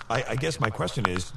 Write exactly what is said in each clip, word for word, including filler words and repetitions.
I, I guess my question is,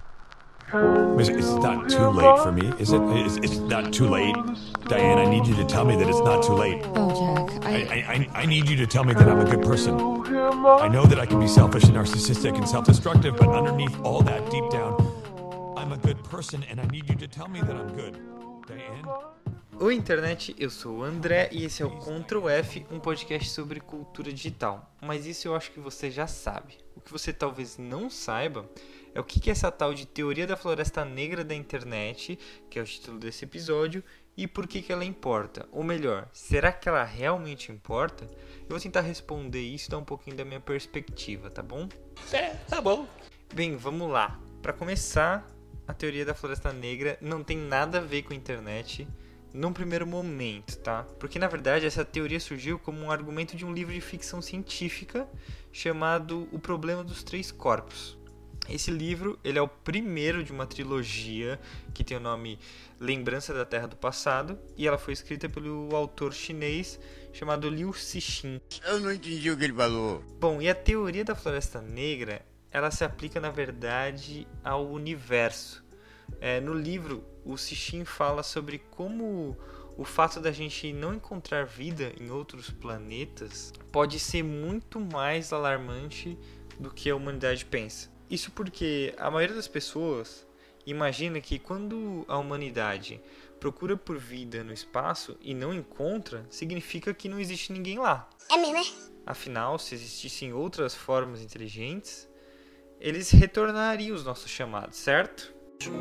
is it's not too late for me, is it? It's, it's not too late, Diane. I need you to tell me that it's not too late. Oh, Jack, I... I, I, I need you to tell me that I'm a good person. I know that I can be selfish and narcissistic and self-destructive, but underneath all that, deep down, I'm a good person, and I need you to tell me that I'm good, Diane. Oi, internet, eu sou o André e esse é o Ctrl F, um podcast sobre cultura digital. Mas isso eu acho que você já sabe. O que você talvez não saiba é o que é essa tal de teoria da floresta negra da internet, que é o título desse episódio, e por que, que ela importa. Ou melhor, será que ela realmente importa? Eu vou tentar responder isso e dar um pouquinho da minha perspectiva, tá bom? É, tá bom. Bem, vamos lá. Para começar, a teoria da floresta negra não tem nada a ver com a internet num primeiro momento, tá? Porque, na verdade, essa teoria surgiu como um argumento de um livro de ficção científica chamado O Problema dos Três Corpos. Esse livro, ele é o primeiro de uma trilogia que tem o nome Lembrança da Terra do Passado, e ela foi escrita pelo autor chinês chamado Liu Cixin. Eu não entendi o que ele falou. Bom, e a teoria da floresta negra, ela se aplica, na verdade, ao universo. É, no livro, o Cixin fala sobre como o fato da gente não encontrar vida em outros planetas pode ser muito mais alarmante do que a humanidade pensa. Isso porque a maioria das pessoas imagina que quando a humanidade procura por vida no espaço e não encontra, significa que não existe ninguém lá. É mesmo, é? Afinal, se existissem outras formas inteligentes, eles retornariam os nossos chamados, certo?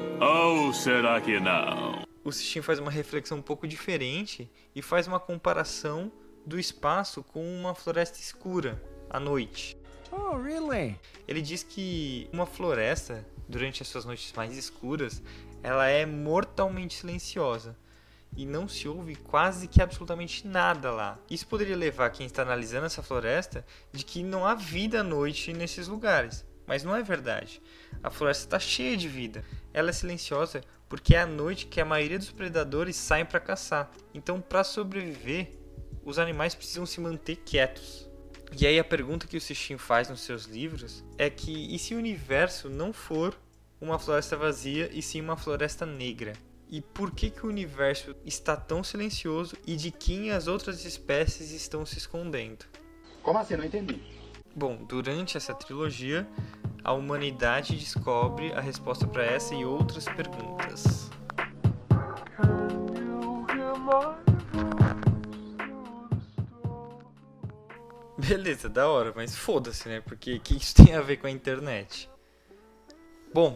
Ou será que não? O Cixin faz uma reflexão um pouco diferente e faz uma comparação do espaço com uma floresta escura, à noite. Oh, really? Ele diz que uma floresta, durante as suas noites mais escuras, ela é mortalmente silenciosa e não se ouve quase que absolutamente nada lá. Isso poderia levar quem está analisando essa floresta de que não há vida à noite nesses lugares. Mas não é verdade. A floresta está cheia de vida. Ela é silenciosa porque é à noite que a maioria dos predadores saem para caçar. Então, para sobreviver, os animais precisam se manter quietos. E aí a pergunta que o Cixin faz nos seus livros é que e se o universo não for uma floresta vazia e sim uma floresta negra? E por que, que o universo está tão silencioso e de quem as outras espécies estão se escondendo? Como assim? Não entendi. Bom, durante essa trilogia, a humanidade descobre a resposta para essa e outras perguntas. Beleza, da hora, mas foda-se, né? Porque o que isso tem a ver com a internet? Bom,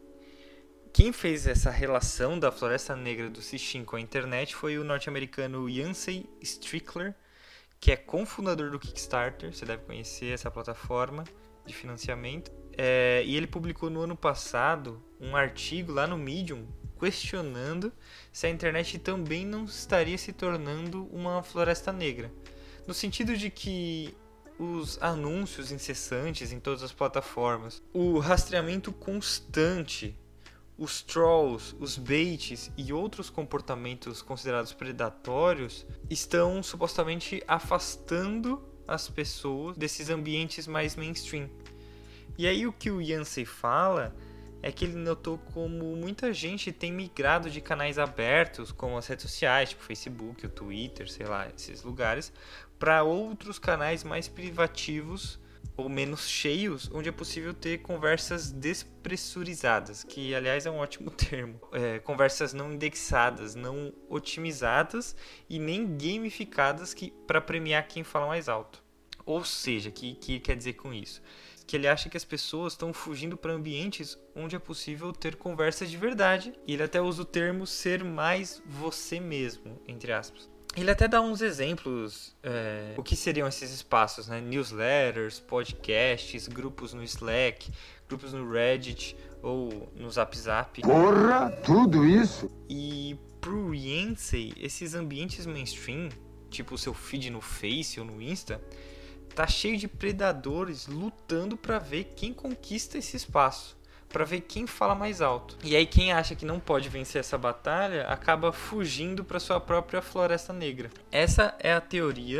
quem fez essa relação da floresta negra do Cixin com a internet foi o norte-americano Yancey Strickler, que é cofundador do Kickstarter. Você deve conhecer essa plataforma de financiamento. É, e ele publicou no ano passado um artigo lá no Medium questionando se a internet também não estaria se tornando uma floresta negra. No sentido de que os anúncios incessantes em todas as plataformas, o rastreamento constante, os trolls, os baits e outros comportamentos considerados predatórios estão supostamente afastando as pessoas desses ambientes mais mainstream. E aí o que o Yancey fala é que ele notou como muita gente tem migrado de canais abertos, como as redes sociais, tipo Facebook, o Twitter, sei lá, esses lugares, para outros canais mais privativos ou menos cheios, onde é possível ter conversas despressurizadas, que aliás é um ótimo termo. É, conversas não indexadas, não otimizadas e nem gamificadas para premiar quem fala mais alto. Ou seja, o que, que quer dizer com isso? Que ele acha que as pessoas estão fugindo para ambientes onde é possível ter conversas de verdade. E ele até usa o termo ser mais você mesmo, entre aspas. Ele até dá uns exemplos, é, o que seriam esses espaços, né? Newsletters, podcasts, grupos no Slack, grupos no Reddit ou no Zap Zap. Porra, tudo isso? E pro Yancey, esses ambientes mainstream, tipo o seu feed no Face ou no Insta, tá cheio de predadores lutando para ver quem conquista esse espaço, para ver quem fala mais alto. E aí quem acha que não pode vencer essa batalha acaba fugindo para sua própria floresta negra. Essa é a teoria,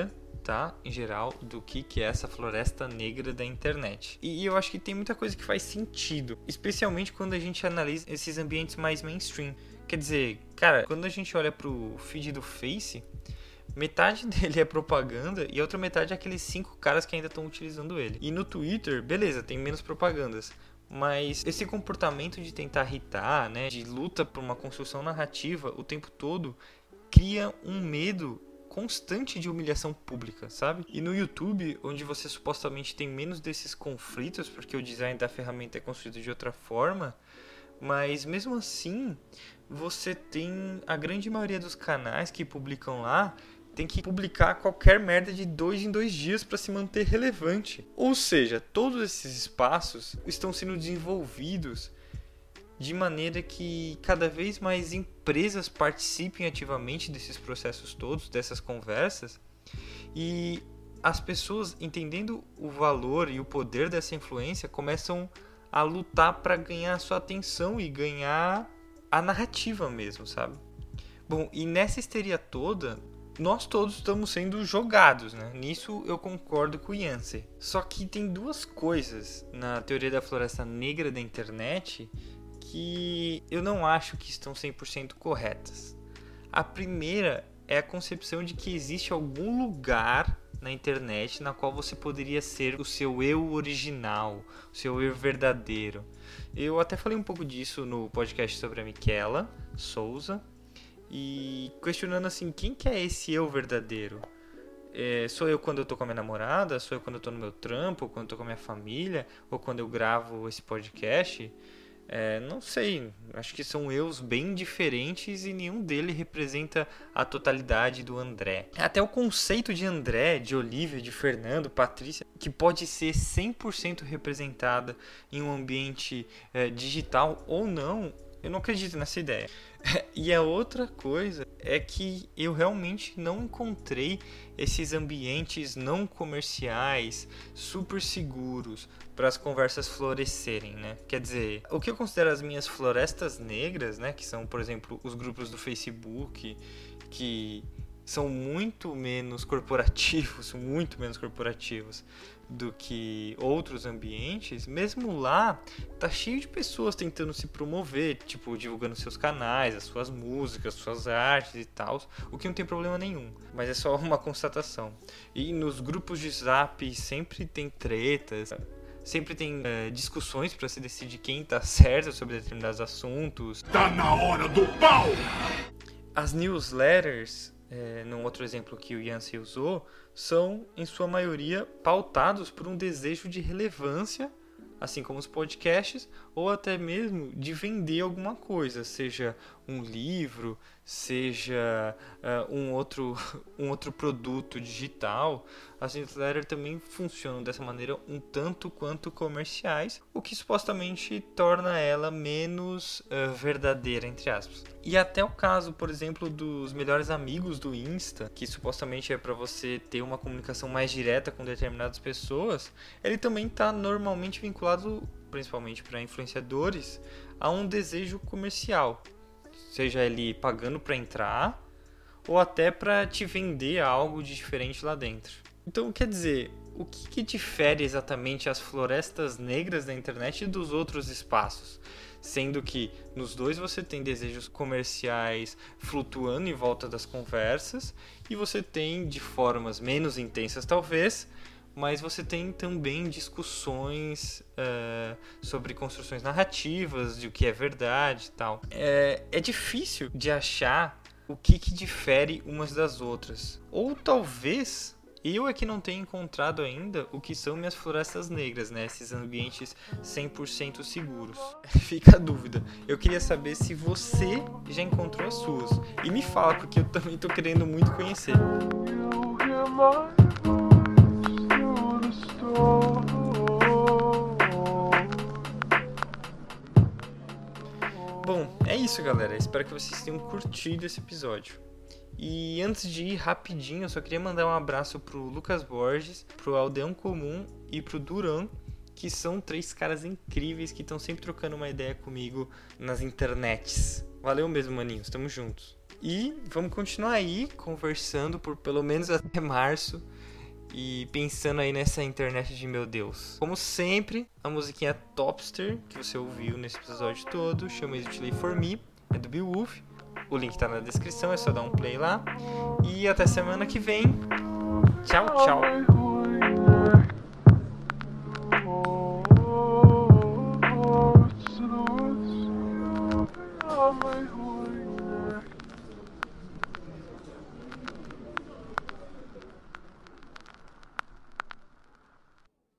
tá? Em geral, do que, que é essa floresta negra da internet. E eu acho que tem muita coisa que faz sentido, especialmente quando a gente analisa esses ambientes mais mainstream. Quer dizer, cara, quando a gente olha pro feed do Face, metade dele é propaganda e a outra metade é aqueles cinco caras que ainda estão utilizando ele. E no Twitter, beleza, tem menos propagandas. Mas esse comportamento de tentar irritar, né, de luta por uma construção narrativa o tempo todo, cria um medo constante de humilhação pública, sabe? E no YouTube, onde você supostamente tem menos desses conflitos, porque o design da ferramenta é construído de outra forma, mas mesmo assim, você tem a grande maioria dos canais que publicam lá tem que publicar qualquer merda de dois em dois dias para se manter relevante. Ou seja, todos esses espaços estão sendo desenvolvidos de maneira que cada vez mais empresas participem ativamente desses processos todos, dessas conversas, e as pessoas, entendendo o valor e o poder dessa influência, começam a lutar para ganhar a sua atenção e ganhar a narrativa mesmo, sabe? Bom, e nessa histeria toda, nós todos estamos sendo jogados, né? Nisso eu concordo com o Yancey. Só que tem duas coisas na teoria da floresta negra da internet que eu não acho que estão cem por cento corretas. A primeira é a concepção de que existe algum lugar na internet na qual você poderia ser o seu eu original, o seu eu verdadeiro. Eu até falei um pouco disso no podcast sobre a Miquela Souza, e questionando assim, quem que é esse eu verdadeiro? É, sou eu quando eu tô com a minha namorada? Sou eu quando eu tô no meu trampo? Ou quando eu tô com a minha família? Ou quando eu gravo esse podcast? É, não sei, acho que são eus bem diferentes e nenhum deles representa a totalidade do André. Até o conceito de André, de Olivia, de Fernando, Patrícia, que pode ser cem por cento representada em um ambiente é, digital ou não, eu não acredito nessa ideia. E a outra coisa é que eu realmente não encontrei esses ambientes não comerciais, super seguros, para as conversas florescerem, né? Quer dizer, o que eu considero as minhas florestas negras, né? Que são, por exemplo, os grupos do Facebook, que são muito menos corporativos, muito menos corporativos do que outros ambientes, mesmo lá tá cheio de pessoas tentando se promover, tipo, divulgando seus canais, as suas músicas, suas artes e tal, o que não tem problema nenhum, mas é só uma constatação. E nos grupos de Zap sempre tem tretas, sempre tem é, discussões para se decidir quem tá certo sobre determinados assuntos. Tá na hora do pau! As newsletters, É, num outro exemplo que o Yancey usou, são, em sua maioria, pautados por um desejo de relevância, assim como os podcasts, ou até mesmo de vender alguma coisa, seja um livro, seja uh, um, outro, um outro produto digital. As newsletters também funcionam dessa maneira um tanto quanto comerciais, o que supostamente torna ela menos uh, verdadeira, entre aspas. E até o caso, por exemplo, dos melhores amigos do Insta, que supostamente é para você ter uma comunicação mais direta com determinadas pessoas, ele também está normalmente vinculado, principalmente para influenciadores, a um desejo comercial, seja ele pagando para entrar ou até para te vender algo de diferente lá dentro. Então, quer dizer, o que, que difere exatamente as florestas negras da internet dos outros espaços? Sendo que nos dois você tem desejos comerciais flutuando em volta das conversas e você tem, de formas menos intensas talvez, mas você tem também discussões uh, sobre construções narrativas, de o que é verdade e tal. É, é difícil de achar o que, que difere umas das outras. Ou talvez eu é que não tenho encontrado ainda o que são minhas florestas negras, né? Esses ambientes cem por cento seguros. Fica a dúvida. Eu queria saber se você já encontrou as suas. E me fala, porque eu também tô querendo muito conhecer. Bom, é isso, galera. Espero que vocês tenham curtido esse episódio. E antes de ir rapidinho, eu só queria mandar um abraço pro Lucas Borges, pro Aldeão Comum e pro Duran, que são três caras incríveis que estão sempre trocando uma ideia comigo nas internets. Valeu mesmo, maninhos. Tamo juntos. E vamos continuar aí conversando por pelo menos até março. E pensando aí nessa internet de meu Deus. Como sempre, a musiquinha Topster, que você ouviu nesse episódio todo, chama Is It Late For Me, é do Beowulf. O link tá na descrição, é só dar um play lá. E até semana que vem. Tchau, tchau.